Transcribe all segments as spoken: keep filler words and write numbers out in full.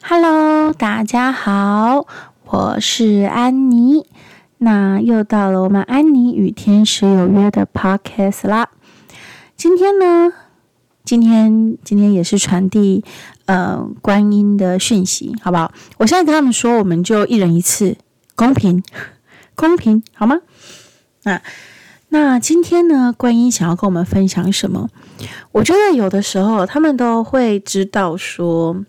Hello， 大家好，我是安妮。那又到了我们安妮与天使有约的 podcast 啦。今天呢，今天今天也是传递呃观音的讯息，好不好？我现在跟他们说，我们就一人一次，公平，公平，好吗？那那今天呢，观音想要跟我们分享什么？我觉得有的时候他们都会知道说，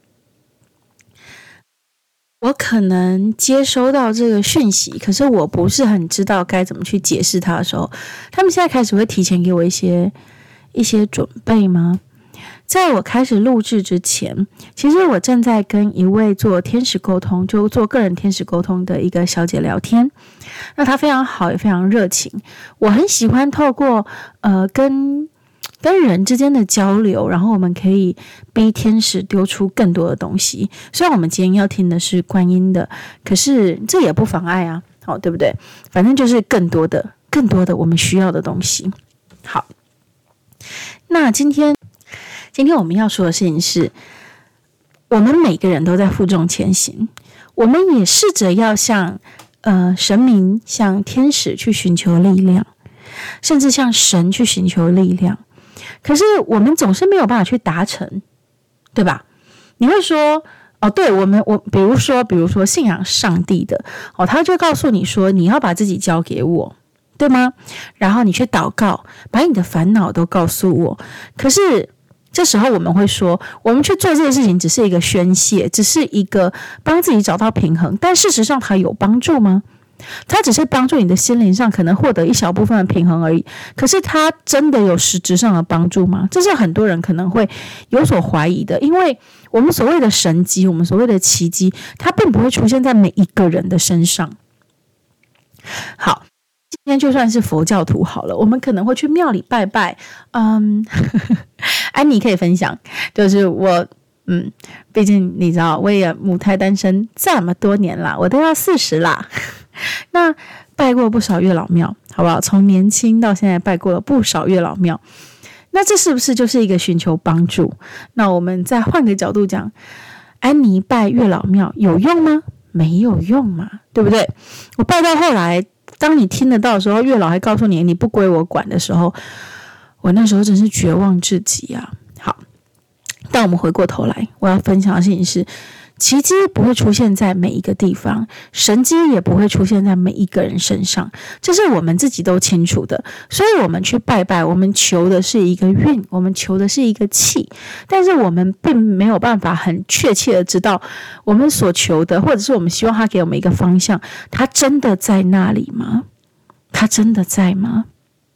我可能接收到这个讯息，可是我不是很知道该怎么去解释它的时候，他们现在开始会提前给我一些一些准备吗？在我开始录制之前，其实我正在跟一位做天使沟通，就做个人天使沟通的一个小姐聊天。那她非常好，也非常热情。我很喜欢透过呃跟跟人之间的交流，然后我们可以逼天使丢出更多的东西。虽然我们今天要听的是观音的，可是这也不妨碍啊，好，对不对？反正就是更多的、更多的我们需要的东西。好，那今天今天我们要说的事情是，我们每个人都在负重前行，我们也试着要向呃神明、向天使去寻求力量，甚至向神去寻求力量。可是我们总是没有办法去达成，对吧？你会说，哦，对我们，我比如说，比如说信仰上帝的，哦，他就告诉你说，你要把自己交给我，对吗？然后你去祷告，把你的烦恼都告诉我。可是这时候我们会说，我们去做这个事情只是一个宣泄，只是一个帮自己找到平衡，但事实上它有帮助吗？它只是帮助你的心灵上可能获得一小部分的平衡而已，可是它真的有实质上的帮助吗？这是很多人可能会有所怀疑的，因为我们所谓的神迹，我们所谓的奇迹，它并不会出现在每一个人的身上。好，今天就算是佛教徒好了，我们可能会去庙里拜拜，嗯，安妮可以分享，就是我嗯，毕竟你知道，我也母胎单身这么多年啦，我都要四十啦。那拜过不少月老庙，好不好？从年轻到现在拜过了不少月老庙，那这是不是就是一个寻求帮助？那我们再换个角度讲，安妮拜月老庙有用吗？没有用嘛，对不对？我拜到后来，当你听得到的时候，月老还告诉你你不归我管的时候，我那时候真是绝望至极啊。好，但我们回过头来，我要分享的事情是，奇迹不会出现在每一个地方，神迹也不会出现在每一个人身上，这是我们自己都清楚的。所以我们去拜拜，我们求的是一个运，我们求的是一个气，但是我们并没有办法很确切的知道我们所求的，或者是我们希望他给我们一个方向，他真的在那里吗？他真的在吗？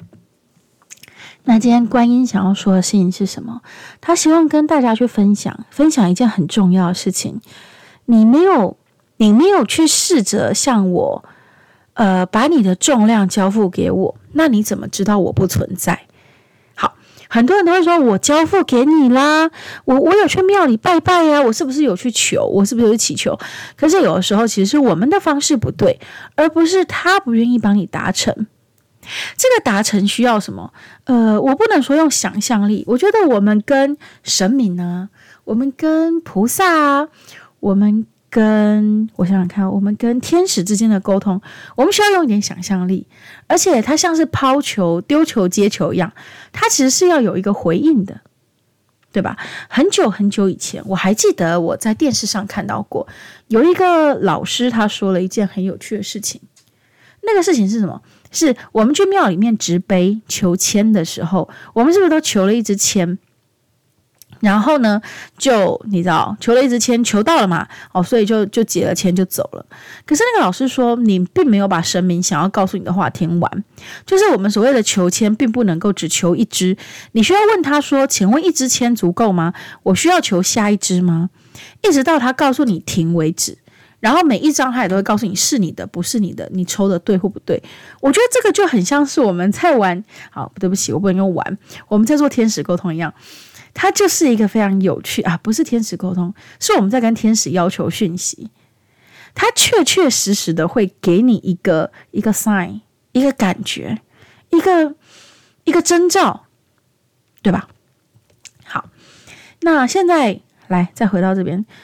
那今天观音想要说的事情是什么？他希望跟大家去分享，分享一件很重要的事情。你没有，你没有去试着向我，呃，把你的重量交付给我，那你怎么知道我不存在？好，很多人都会说，我交付给你啦，我我有去庙里拜拜呀、啊，我是不是有去求？我是不是有去祈求？可是有的时候，其实是我们的方式不对，而不是他不愿意帮你达成。这个达成需要什么？呃，我不能说用想象力。我觉得我们跟神明啊，我们跟菩萨啊，我们跟我想想看，我们跟天使之间的沟通，我们需要用一点想象力，而且它像是抛球、丢球、接球一样，它其实是要有一个回应的，对吧？很久很久以前，我还记得我在电视上看到过，有一个老师他说了一件很有趣的事情。那个事情是什么？是我们去庙里面执杯求签的时候，我们是不是都求了一支签？然后呢，就你知道，求了一支签，求到了嘛，哦，所以就就结了签就走了。可是那个老师说，你并没有把神明想要告诉你的话听完，就是我们所谓的求签，并不能够只求一支，你需要问他说，请问一支签足够吗？我需要求下一支吗？一直到他告诉你停为止。然后每一张他也都会告诉你是你的不是你的，你抽的对或不对。我觉得这个就很像是我们在玩，好，对不起，我不能用玩，我们在做天使沟通一样，它就是一个非常有趣啊，不是天使沟通，是我们在跟天使要求讯息，它确确实实的会给你一个一个 sign， 一个感觉，一个一个征兆，对吧？好，那现在来再回到这边。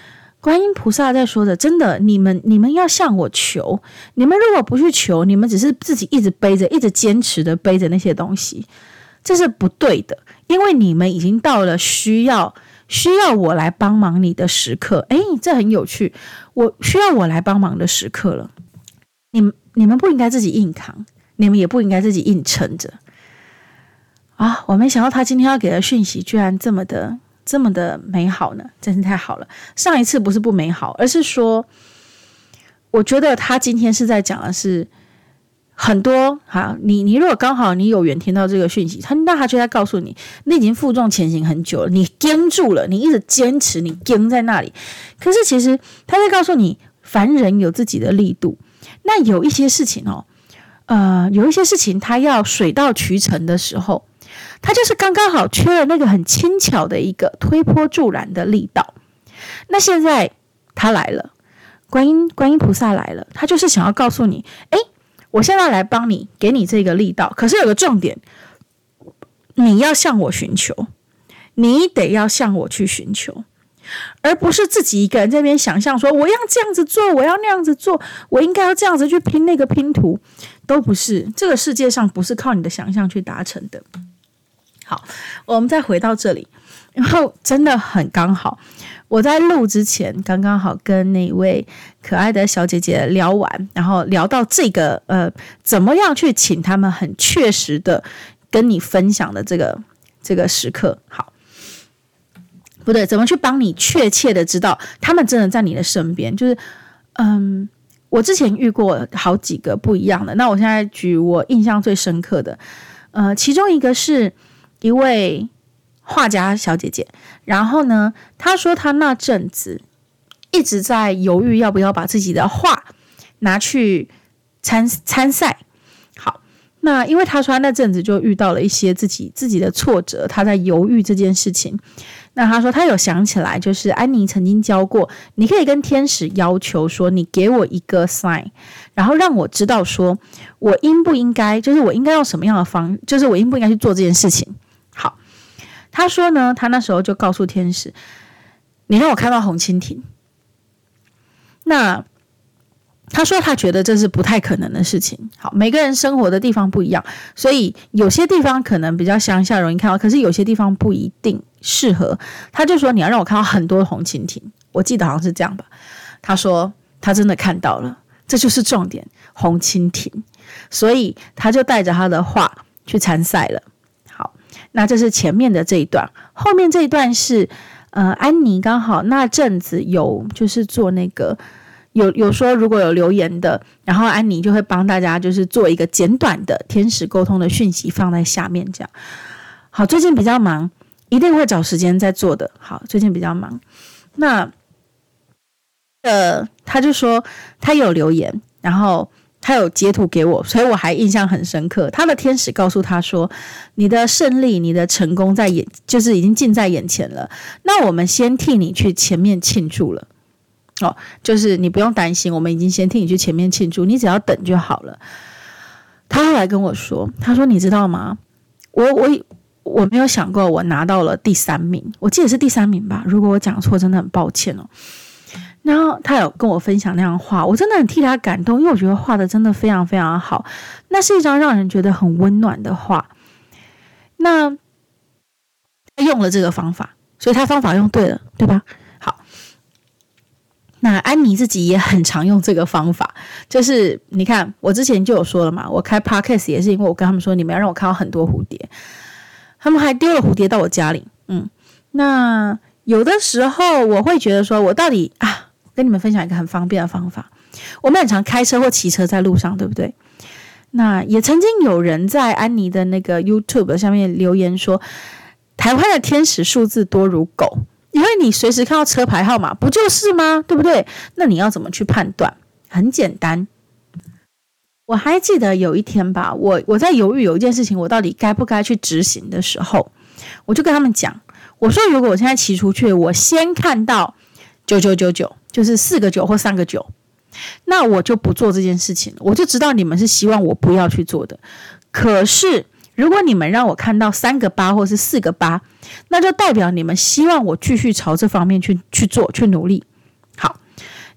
观音菩萨在说的，真的，你们你们要向我求，你们如果不去求，你们只是自己一直背着，一直坚持的背着那些东西，这是不对的，因为你们已经到了需要需要我来帮忙你的时刻。诶，这很有趣，我需要我来帮忙的时刻了，你们你们不应该自己硬扛，你们也不应该自己硬撑着啊！我没想到他今天要给的讯息居然这么的这么的美好呢，真是太好了。上一次不是不美好，而是说我觉得他今天是在讲的是很多哈，你你如果刚好你有缘听到这个讯息，他那他就在告诉你，你已经负重前行很久了，你坚住了，你一直坚持，你坚在那里。可是其实他在告诉你，凡人有自己的力度，那有一些事情哦，呃，有一些事情他要水到渠成的时候，他就是刚刚好缺了那个很轻巧的一个推波助澜的力道。那现在他来了，观音观音菩萨来了，他就是想要告诉你，诶，我现在来帮你，给你这个力道。可是有个重点，你要向我寻求，你得要向我去寻求，而不是自己一个人在那边想象说我要这样子做，我要那样子做，我应该要这样子去拼那个拼图，都不是，这个世界上不是靠你的想象去达成的。好，我们再回到这里，然后真的很刚好，我在录之前刚刚好跟那位可爱的小姐姐聊完，然后聊到这个呃，怎么样去请他们很确实的跟你分享的这个这个时刻。好，不对，怎么去帮你确切的知道他们真的在你的身边。就是嗯，我之前遇过好几个不一样的，那我现在举我印象最深刻的，呃，其中一个是一位画家小姐姐，然后呢，她说她那阵子一直在犹豫要不要把自己的画拿去参参赛。好，那因为她说她那阵子就遇到了一些自己自己的挫折，她在犹豫这件事情。那她说她有想起来，就是安妮曾经教过，你可以跟天使要求说，你给我一个 sign， 然后让我知道说我应不应该，就是我应该用什么样的方，就是我应不应该去做这件事情。好，他说呢，他那时候就告诉天使，你让我看到红蜻蜓。那他说他觉得这是不太可能的事情。好，每个人生活的地方不一样，所以有些地方可能比较乡下容易看到，可是有些地方不一定适合。他就说你要让我看到很多红蜻蜓，我记得好像是这样吧。他说他真的看到了，这就是重点，红蜻蜓。所以他就带着他的画去参赛了。那这是前面的这一段，后面这一段是呃，安妮刚好那阵子有就是做那个有有说如果有留言的，然后安妮就会帮大家就是做一个简短的天使沟通的讯息放在下面这样。好，最近比较忙，一定会找时间再做的。好，最近比较忙。那呃，他就说他有留言，然后他有截图给我，所以我还印象很深刻。他的天使告诉他说，你的胜利，你的成功在眼，就是已经近在眼前了。那我们先替你去前面庆祝了。哦，就是你不用担心，我们已经先替你去前面庆祝，你只要等就好了。他后来跟我说，他说你知道吗？我我我没有想过我拿到了第三名，我记得是第三名吧。如果我讲错，真的很抱歉哦。然后他有跟我分享那样画，我真的很替他感动，因为我觉得画的真的非常非常好，那是一张让人觉得很温暖的画。那他用了这个方法，所以他方法用对了，对吧？好，那安妮自己也很常用这个方法，就是你看我之前就有说了嘛，我开 podcast 也是因为我跟他们说，你们要让我看到很多蝴蝶，他们还丢了蝴蝶到我家里。嗯，那有的时候我会觉得说，我到底啊。跟你们分享一个很方便的方法，我们很常开车或骑车在路上，对不对？那也曾经有人在安妮的那个 YouTube 下面留言说，台湾的天使数字多如狗，因为你随时看到车牌号码，不就是吗？对不对？那你要怎么去判断？很简单，我还记得有一天吧，我我在犹豫有一件事情，我到底该不该去执行的时候，我就跟他们讲，我说如果我现在骑出去，我先看到九九九九。就是四个九或三个九，那我就不做这件事情，我就知道你们是希望我不要去做的。可是如果你们让我看到三个八或是四个八，那就代表你们希望我继续朝这方面去去做去努力。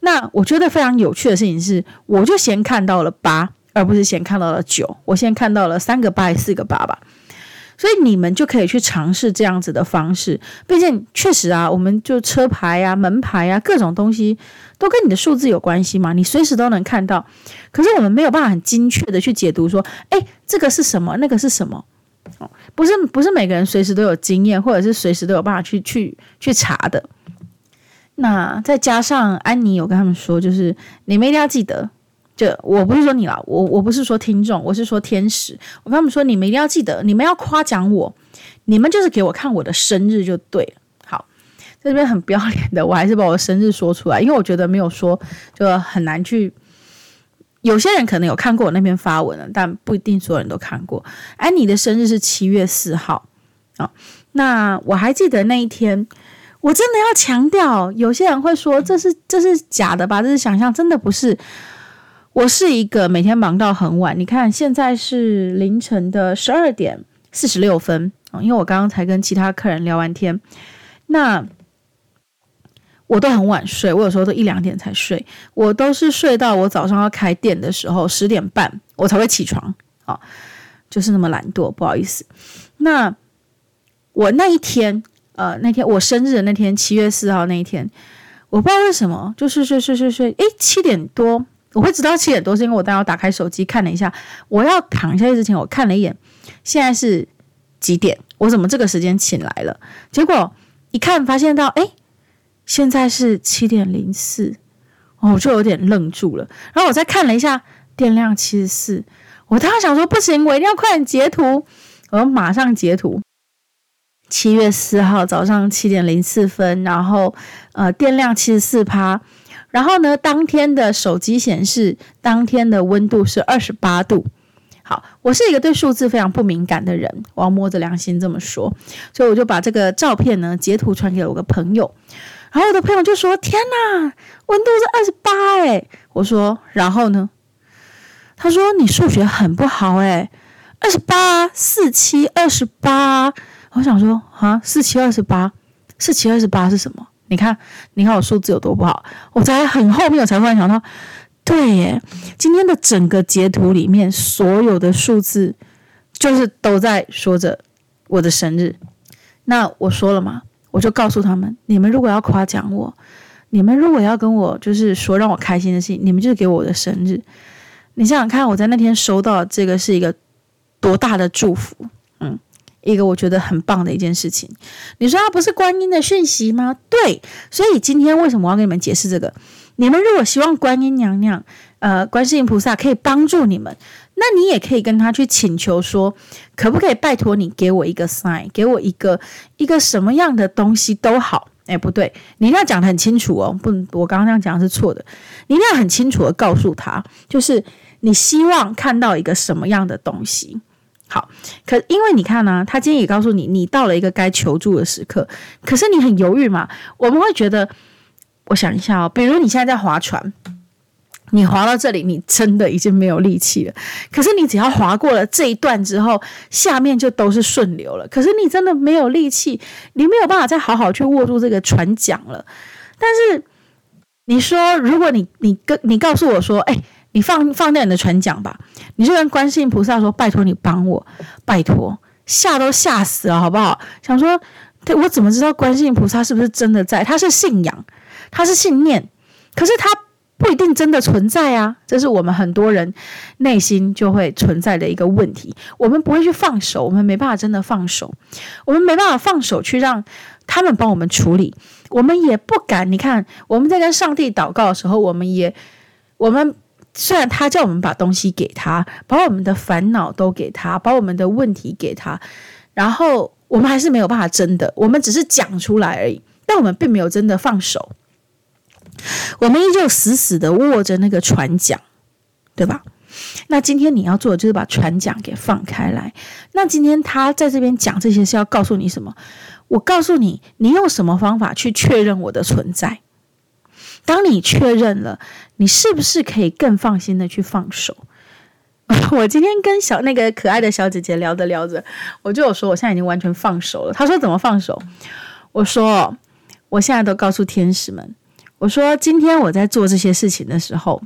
那我觉得非常有趣的事情是，我就先看到了八，而不是先看到了九，我先看到了三个八还是四个八吧。所以你们就可以去尝试这样子的方式，毕竟确实啊，我们就车牌啊、门牌啊，各种东西都跟你的数字有关系嘛，你随时都能看到。可是我们没有办法很精确的去解读说，哎，这个是什么，那个是什么。不是不是每个人随时都有经验，或者是随时都有办法去去去查的。那再加上安妮有跟他们说，就是你们一定要记得，就我不是说你啦，我我不是说听众，我是说天使。我跟他们说，你们一定要记得，你们要夸奖我，你们就是给我看我的生日就对了。好，在这边很不要脸的，我还是把我的生日说出来，因为我觉得没有说就很难去。有些人可能有看过我那篇发文了，但不一定所有人都看过。安妮的生日是七月四号啊，那我还记得那一天。我真的要强调，有些人会说这是这是假的吧，这是想象，真的不是。我是一个每天忙到很晚，你看现在是凌晨的十二点四十六分，因为我刚刚才跟其他客人聊完天，那我都很晚睡，我有时候都一两点才睡，我都是睡到我早上要开店的时候十点半我才会起床啊，就是那么懒惰，不好意思。那我那一天。呃，那天我生日的那天，七月四号那一天，我不知道为什么，就是睡睡睡睡，诶，七点多，我会知道七点多，是因为我当时打开手机看了一下，我要躺下去之前，我看了一眼，现在是几点？我怎么这个时间醒来了？结果一看发现到，诶，现在是七点零四，哦，我就有点愣住了。然后我再看了一下电量七十四，我当时想说不行，我一定要快点截图，我马上截图。七月四号早上七点零四分，然后呃电量七十四趴，然后呢当天的手机显示当天的温度是二十八度。好，我是一个对数字非常不敏感的人，我要摸着良心这么说，所以我就把这个照片呢截图传给了我个朋友，然后我的朋友就说：“天哪，温度是二十八哎！”我说：“然后呢？”他说：“你数学很不好哎，二十八四七二十八。”我想说啊，四七二十八，四七二十八是什么？你看，你看我数字有多不好。我才很后面，我才忽然想到，对耶，今天的整个截图里面，所有的数字就是都在说着我的生日。那我说了嘛，我就告诉他们，你们如果要夸奖我，你们如果要跟我就是说让我开心的事情，你们就是给我的生日。你想想看，我在那天收到这个是一个多大的祝福，嗯。一个我觉得很棒的一件事情。你说它不是观音的讯息吗？对，所以今天为什么我要跟你们解释这个？你们如果希望观音娘娘呃观世音菩萨可以帮助你们，那你也可以跟他去请求说，可不可以拜托你给我一个 sign， 给我一个一个什么样的东西都好。哎，不对，你一定要讲得很清楚哦，不，我刚刚那样讲的是错的，你一定要很清楚的告诉他，就是你希望看到一个什么样的东西。好，可因为你看呢、啊，他今天也告诉你，你到了一个该求助的时刻，可是你很犹豫嘛。我们会觉得，我想一下哦，比如你现在在划船，你划到这里，你真的已经没有力气了。可是你只要划过了这一段之后，下面就都是顺流了。可是你真的没有力气，你没有办法再好好去握住这个船桨了。但是你说，如果你你跟你告诉我说，哎。你放放掉你的船桨吧，你就跟观世音菩萨说：“拜托你帮我，拜托，吓都吓死了，好不好？”想说，对我怎么知道观世音菩萨是不是真的在？他是信仰，他是信念，可是他不一定真的存在啊。这是我们很多人内心就会存在的一个问题。我们不会去放手，我们没办法真的放手，我们没办法放手去让他们帮我们处理，我们也不敢。你看，我们在跟上帝祷告的时候，我们也我们。虽然他叫我们把东西给他，把我们的烦恼都给他，把我们的问题给他，然后我们还是没有办法真的，我们只是讲出来而已，但我们并没有真的放手，我们依旧死死的握着那个船桨，对吧？那今天你要做的就是把船桨给放开来。那今天他在这边讲这些是要告诉你什么？我告诉你，你用什么方法去确认我的存在？当你确认了，你是不是可以更放心的去放手？我今天跟小那个可爱的小姐姐聊着聊着，我就有说我现在已经完全放手了。她说怎么放手？我说我现在都告诉天使们， 我说今天我在做这些事情的时候，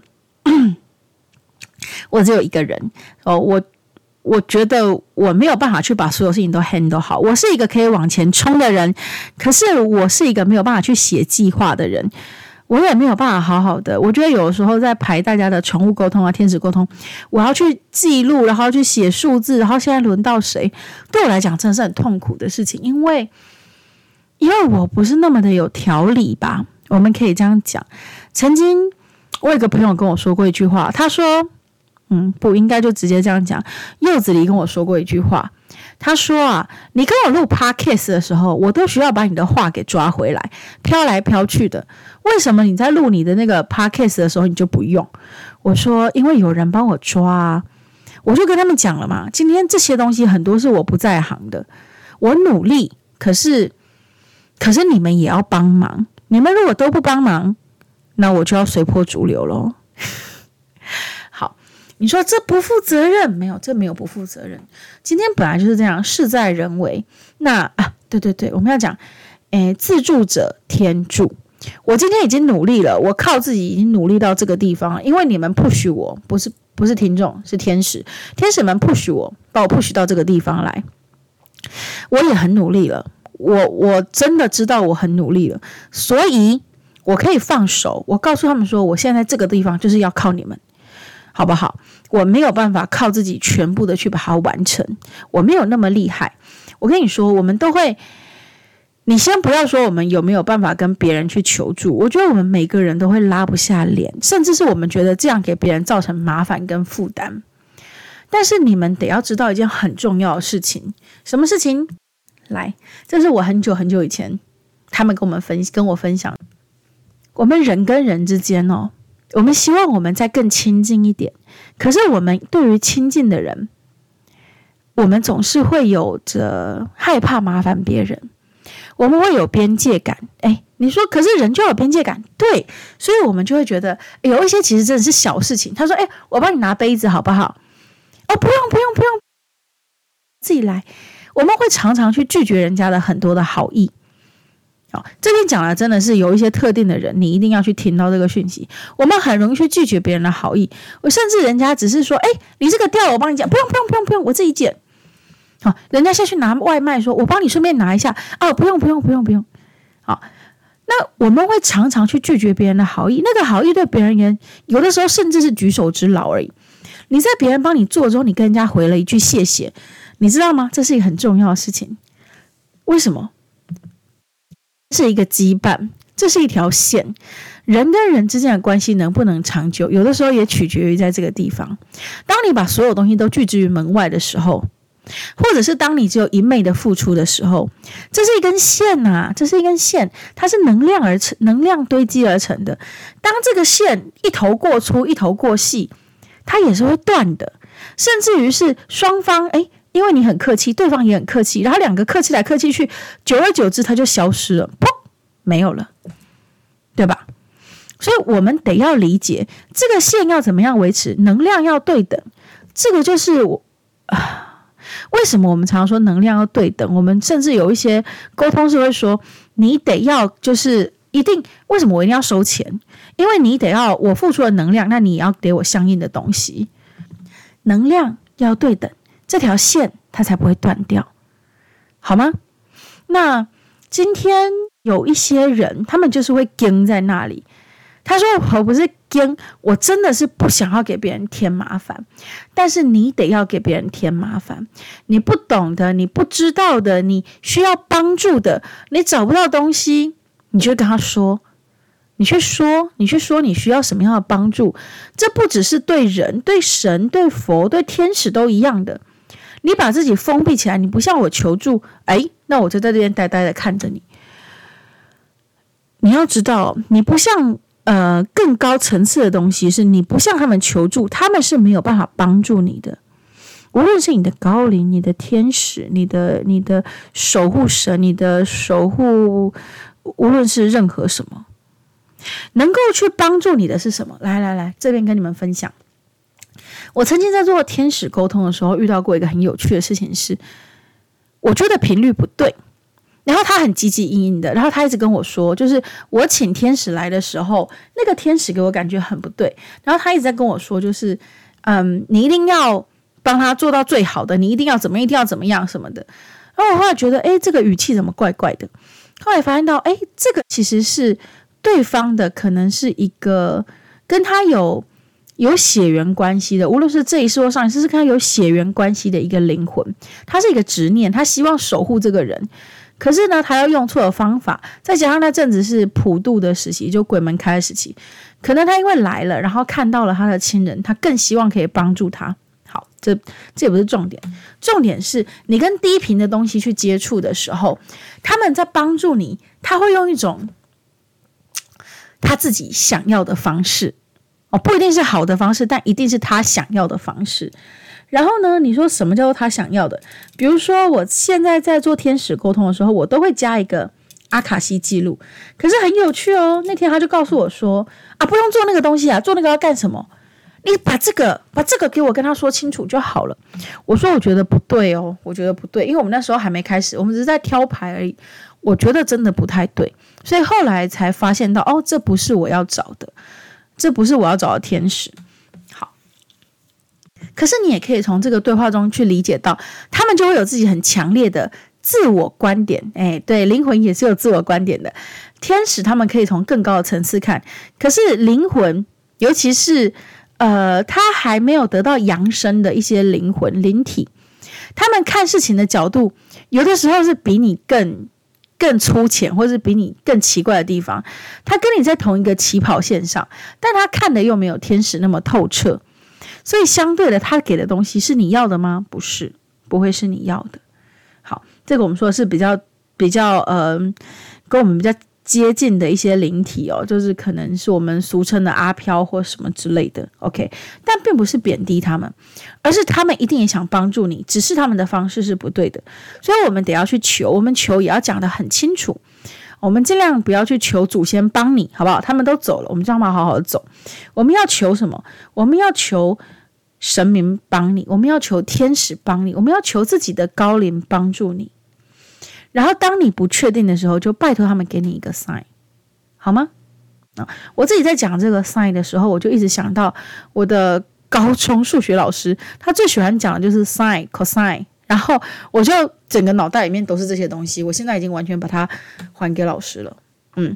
我只有一个人哦，我我觉得我没有办法去把所有事情都 handle 好。我是一个可以往前冲的人，可是我是一个没有办法去写计划的人。我也没有办法好好的，我觉得有时候在排大家的宠物沟通啊、天使沟通，我要去记录，然后去写数字，然后现在轮到谁，对我来讲真的是很痛苦的事情，因为因为我不是那么的有条理吧，我们可以这样讲。曾经我有一个朋友跟我说过一句话，他说嗯，不应该就直接这样讲，柚子里跟我说过一句话，他说啊，你跟我录 podcast 的时候，我都需要把你的话给抓回来，飘来飘去的。为什么你在录你的那个 podcast 的时候你就不用？我说因为有人帮我抓啊。我就跟他们讲了嘛，今天这些东西很多是我不在行的，我努力，可是可是你们也要帮忙，你们如果都不帮忙，那我就要随波逐流咯。好，你说这不负责任？没有，这没有不负责任。今天本来就是这样，事在人为。那啊，对对对，我们要讲，诶，自助者天助。我今天已经努力了，我靠自己已经努力到这个地方了，因为你们 push 我，不是不是听众，是天使，天使们 push 我，把我 push 到这个地方来。我也很努力了，我我真的知道我很努力了，所以我可以放手。我告诉他们说，我现在这个地方就是要靠你们，好不好？我没有办法靠自己全部的去把它完成，我没有那么厉害。我跟你说，我们都会。你先不要说我们有没有办法跟别人去求助，我觉得我们每个人都会拉不下脸，甚至是我们觉得这样给别人造成麻烦跟负担。但是你们得要知道一件很重要的事情，什么事情？来，这是我很久很久以前他们跟我们分跟我分享，我们人跟人之间哦，我们希望我们再更亲近一点，可是我们对于亲近的人，我们总是会有着害怕麻烦别人。我们会有边界感，诶，你说可是人就有边界感，对，所以我们就会觉得有一些其实真的是小事情。他说，诶，我帮你拿杯子好不好？哦，不用不用不用，自己来。我们会常常去拒绝人家的很多的好意。好，这边讲了真的是有一些特定的人，你一定要去听到这个讯息。我们很容易去拒绝别人的好意，我甚至人家只是说，诶，你这个掉我帮你剪，不用不用不用不用，我自己剪。好，人家下去拿外卖说，我帮你顺便拿一下哦，不用不用不用不用。好，那我们会常常去拒绝别人的好意，那个好意对别人而言，有的时候甚至是举手之劳而已。你在别人帮你做之后，你跟人家回了一句谢谢，你知道吗？这是一个很重要的事情。为什么？这是一个羁绊，这是一条线。人跟人之间的关系能不能长久，有的时候也取决于在这个地方。当你把所有东西都拒之于门外的时候，或者是当你只有一昧的付出的时候，这是一根线啊，这是一根线，它是能量而成，能量堆积而成的。当这个线一头过粗，一头过细，它也是会断的。甚至于是双方，诶，因为你很客气，对方也很客气，然后两个客气来客气去，久而久之，它就消失了，砰，没有了，对吧？所以我们得要理解这个线要怎么样维持，能量要对等，这个就是我啊。为什么我们常常说能量要对等？我们甚至有一些沟通是会说，你得要就是一定，为什么我一定要收钱？因为你得要我付出的能量，那你也要给我相应的东西。能量要对等，这条线它才不会断掉，好吗？那今天有一些人，他们就是会跟在那里。他说我不是跟，我真的是不想要给别人添麻烦，但是你得要给别人添麻烦。你不懂的，你不知道的，你需要帮助的，你找不到东西，你就跟他说，你去说，你去说你需要什么样的帮助。这不只是对人，对神，对佛，对天使都一样的。你把自己封闭起来，你不向我求助，诶，那我就在这边呆呆的看着你。你要知道，你不像呃，更高层次的东西是你不向他们求助，他们是没有办法帮助你的。无论是你的高灵、你的天使、你的你的守护神、你的守护，无论是任何什么，能够去帮助你的是什么？来来来，这边跟你们分享。我曾经在做天使沟通的时候，遇到过一个很有趣的事情是，我觉得频率不对。 然后他很积极应应的，然后他一直跟我说，就是我请天使来的时候，那个天使给我感觉很不对，然后他一直在跟我说，就是嗯，你一定要帮他做到最好的，你一定要怎么一定要怎么样什么的。然后我后来觉得，诶，这个语气怎么怪怪的？后来发现到，诶，这个其实是对方的，可能是一个跟他有有血缘关系的，无论是这一世或上一世，是跟他有血缘关系的一个灵魂，他是一个执念，他希望守护这个人，可是呢，他要用错的方法，再加上那阵子是普渡的时期，就鬼门开的时期，可能他因为来了，然后看到了他的亲人，他更希望可以帮助他。好，这这也不是重点，重点是你跟低频的东西去接触的时候，他们在帮助你，他会用一种他自己想要的方式。哦，不一定是好的方式，但一定是他想要的方式。然后呢，你说什么叫做他想要的？比如说，我现在在做天使沟通的时候，我都会加一个阿卡西记录。可是很有趣哦，那天他就告诉我说：“啊，不用做那个东西啊，做那个要干什么？你把这个把这个给我跟他说清楚就好了。”我说：“我觉得不对哦，我觉得不对，因为我们那时候还没开始，我们只是在挑牌而已。我觉得真的不太对，所以后来才发现到，哦，这不是我要找的。”这不是我要找的天使。好，可是你也可以从这个对话中去理解到，他们就会有自己很强烈的自我观点。哎，对，灵魂也是有自我观点的。天使他们可以从更高的层次看，可是灵魂，尤其是呃，他还没有得到扬升的一些灵魂灵体，他们看事情的角度，有的时候是比你更。更粗浅，或是比你更奇怪的地方，他跟你在同一个起跑线上，但他看的又没有天使那么透彻，所以相对的，他给的东西是你要的吗？不是，不会是你要的。好，这个我们说的是比较比较呃，跟我们比较接近的一些灵体哦，就是可能是我们俗称的阿飘或什么之类的 ，OK， 但并不是贬低他们，而是他们一定也想帮助你，只是他们的方式是不对的，所以我们得要去求，我们求也要讲得很清楚，我们尽量不要去求祖先帮你，好不好？他们都走了，我们就让他们好好的走。我们要求什么？我们要求神明帮你，我们要求天使帮你，我们要求自己的高灵帮助你。然后当你不确定的时候，就拜托他们给你一个 sign， 好吗？我自己在讲这个 sign 的时候，我就一直想到我的高中数学老师，他最喜欢讲的就是 sin cosine， 然后我就整个脑袋里面都是这些东西，我现在已经完全把它还给老师了。嗯，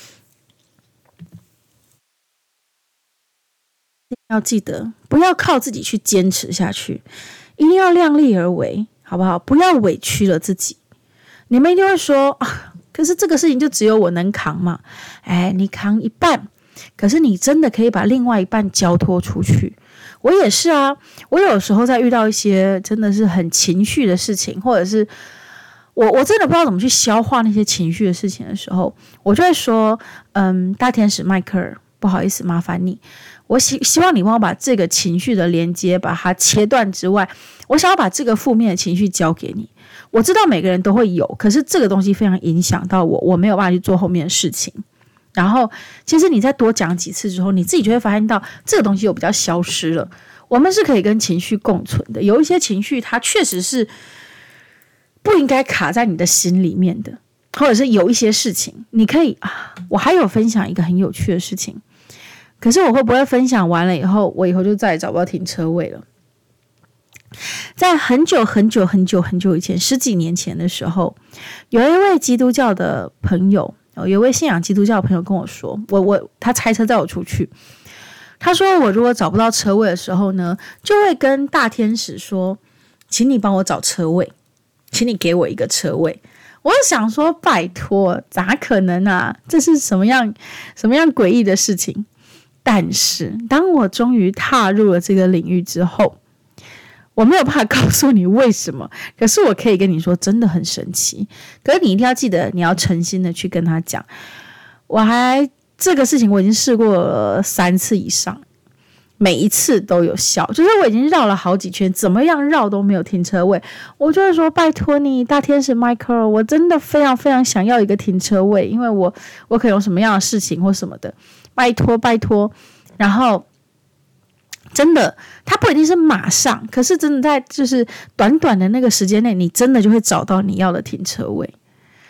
要记得不要靠自己去坚持下去，一定要量力而为，好不好？不要委屈了自己。你们一定会说啊，可是这个事情就只有我能扛嘛？哎，你扛一半，可是你真的可以把另外一半交托出去。我也是啊，我有时候在遇到一些真的是很情绪的事情，或者是我我真的不知道怎么去消化那些情绪的事情的时候，我就会说，嗯，大天使迈克尔，不好意思，麻烦你，我希希望你帮我把这个情绪的连接把它切断之外，我想要把这个负面的情绪交给你。我知道每个人都会有，可是这个东西非常影响到我，我没有办法去做后面的事情。然后其实你再多讲几次之后，你自己就会发现到这个东西又比较消失了。我们是可以跟情绪共存的，有一些情绪它确实是不应该卡在你的心里面的，或者是有一些事情你可以啊，我还有分享一个很有趣的事情，可是我会不会分享完了以后，我以后就再也找不到停车位了。在很久很久很久很久以前，十几年前的时候，有一位基督教的朋友，有一位信仰基督教的朋友跟我说，我我他开车载我出去，他说我如果找不到车位的时候呢，就会跟大天使说，请你帮我找车位，请你给我一个车位。我就想说，拜托，咋可能啊？这是什么样什么样诡异的事情？但是当我终于踏入了这个领域之后，我没有办法告诉你为什么，可是我可以跟你说真的很神奇。可是你一定要记得，你要诚心的去跟他讲。我还这个事情我已经试过了三次以上，每一次都有效，就是我已经绕了好几圈，怎么样绕都没有停车位。我就会说拜托你大天使迈克尔，我真的非常非常想要一个停车位，因为我我可能有什么样的事情或什么的，拜托拜托。然后真的，它不一定是马上，可是真的在就是短短的那个时间内，你真的就会找到你要的停车位。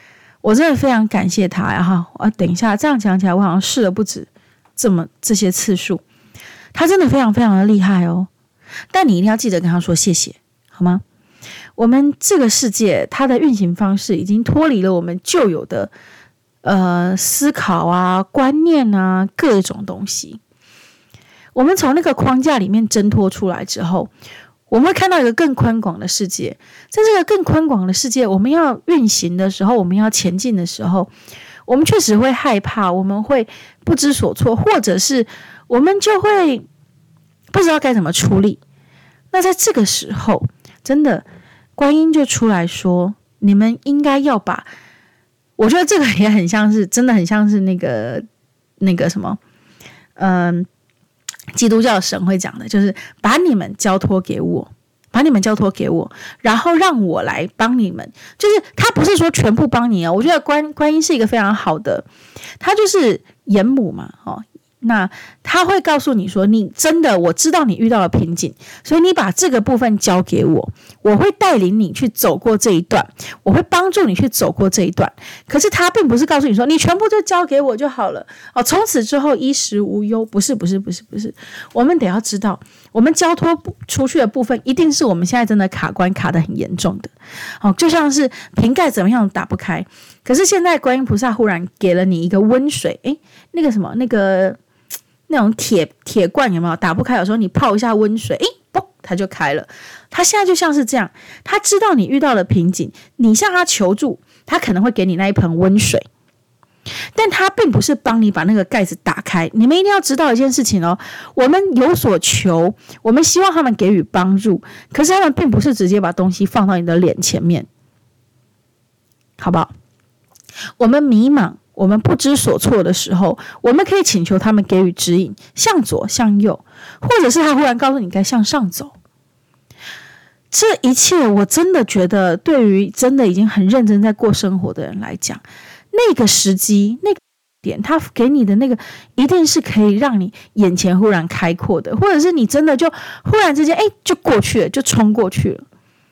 我真的非常感谢他呀哈！啊，等一下，这样讲起来，我好像试了不止这么这些次数。他真的非常非常的厉害哦，但你一定要记得跟他说谢谢，好吗？我们这个世界它的运行方式已经脱离了我们旧有的呃思考啊、观念啊各种东西。我们从那个框架里面挣脱出来之后，我们会看到一个更宽广的世界。在这个更宽广的世界，我们要运行的时候，我们要前进的时候，我们确实会害怕，我们会不知所措，或者是我们就会不知道该怎么处理。那在这个时候，真的观音就出来说，你们应该要把，我觉得这个也很像是，真的很像是那个那个什么，嗯。基督教神会讲的就是把你们交托给我，把你们交托给我，然后让我来帮你们。就是他不是说全部帮你哦，我觉得观观音是一个非常好的，他就是严母嘛，哦，那他会告诉你说，你真的我知道你遇到了瓶颈，所以你把这个部分交给我，我会带领你去走过这一段，我会帮助你去走过这一段。可是他并不是告诉你说你全部就交给我就好了哦，从此之后衣食无忧，不是不是不是不是，我们得要知道，我们交托出去的部分一定是我们现在真的卡关卡得很严重的哦，就像是瓶盖怎么样打不开，可是现在观音菩萨忽然给了你一个温水，诶，那个什么那个那种铁铁罐有没有打不开？有时候你泡一下温水，诶，嘣，它就开了。他现在就像是这样，他知道你遇到了瓶颈，你向他求助，他可能会给你那一盆温水，但他并不是帮你把那个盖子打开。你们一定要知道一件事情哦，我们有所求，我们希望他们给予帮助，可是他们并不是直接把东西放到你的脸前面，好不好？我们迷茫，我们不知所措的时候，我们可以请求他们给予指引，向左向右，或者是他忽然告诉你该向上走。这一切我真的觉得对于真的已经很认真在过生活的人来讲，那个时机那个点他给你的那个一定是可以让你眼前忽然开阔的，或者是你真的就忽然之间哎就过去了，就冲过去了。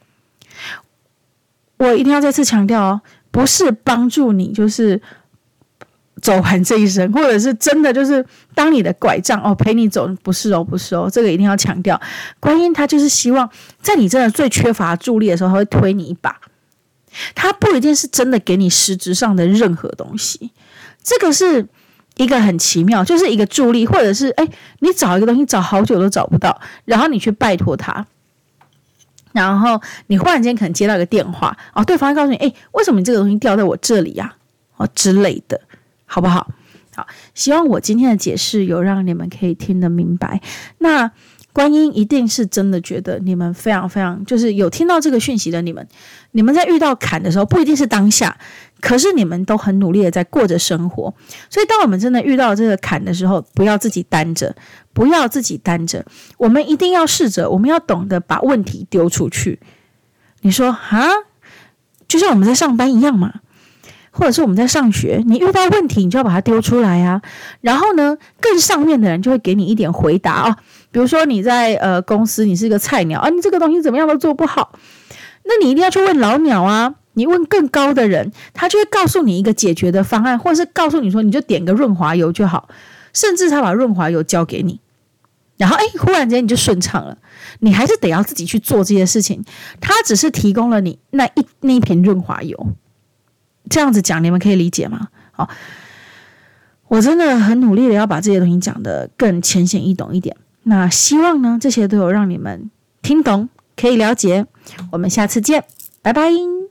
我一定要再次强调哦，不是帮助你就是走完这一生，或者是真的就是当你的拐杖哦，陪你走，不是哦，不是哦，这个一定要强调。观音他就是希望在你真的最缺乏助力的时候，他会推你一把，他不一定是真的给你实质上的任何东西，这个是一个很奇妙，就是一个助力，或者是哎，你找一个东西找好久都找不到，然后你去拜托他。然后你忽然间可能接到一个电话哦，对方会告诉你，哎，为什么你这个东西掉在我这里呀、啊？哦之类的，好不好？好，希望我今天的解释有让你们可以听得明白。那观音一定是真的觉得你们非常非常，就是有听到这个讯息的你们，你们在遇到坎的时候，不一定是当下，可是你们都很努力的在过着生活。所以当我们真的遇到这个坎的时候，不要自己担着，不要自己担着，我们一定要试着，我们要懂得把问题丢出去。你说啊，就像我们在上班一样嘛，或者是我们在上学，你遇到问题你就要把它丢出来啊，然后呢更上面的人就会给你一点回答哦。比如说你在呃公司你是一个菜鸟啊，你这个东西怎么样都做不好，那你一定要去问老鸟啊，你问更高的人，他就会告诉你一个解决的方案，或者是告诉你说你就点个润滑油就好，甚至他把润滑油交给你，然后哎，忽然间你就顺畅了。你还是得要自己去做这些事情，他只是提供了你那一那一瓶润滑油。这样子讲你们可以理解吗？好，我真的很努力的要把这些东西讲得更浅显易懂一点，那希望呢这些都有让你们听懂，可以了解。我们下次见，拜拜。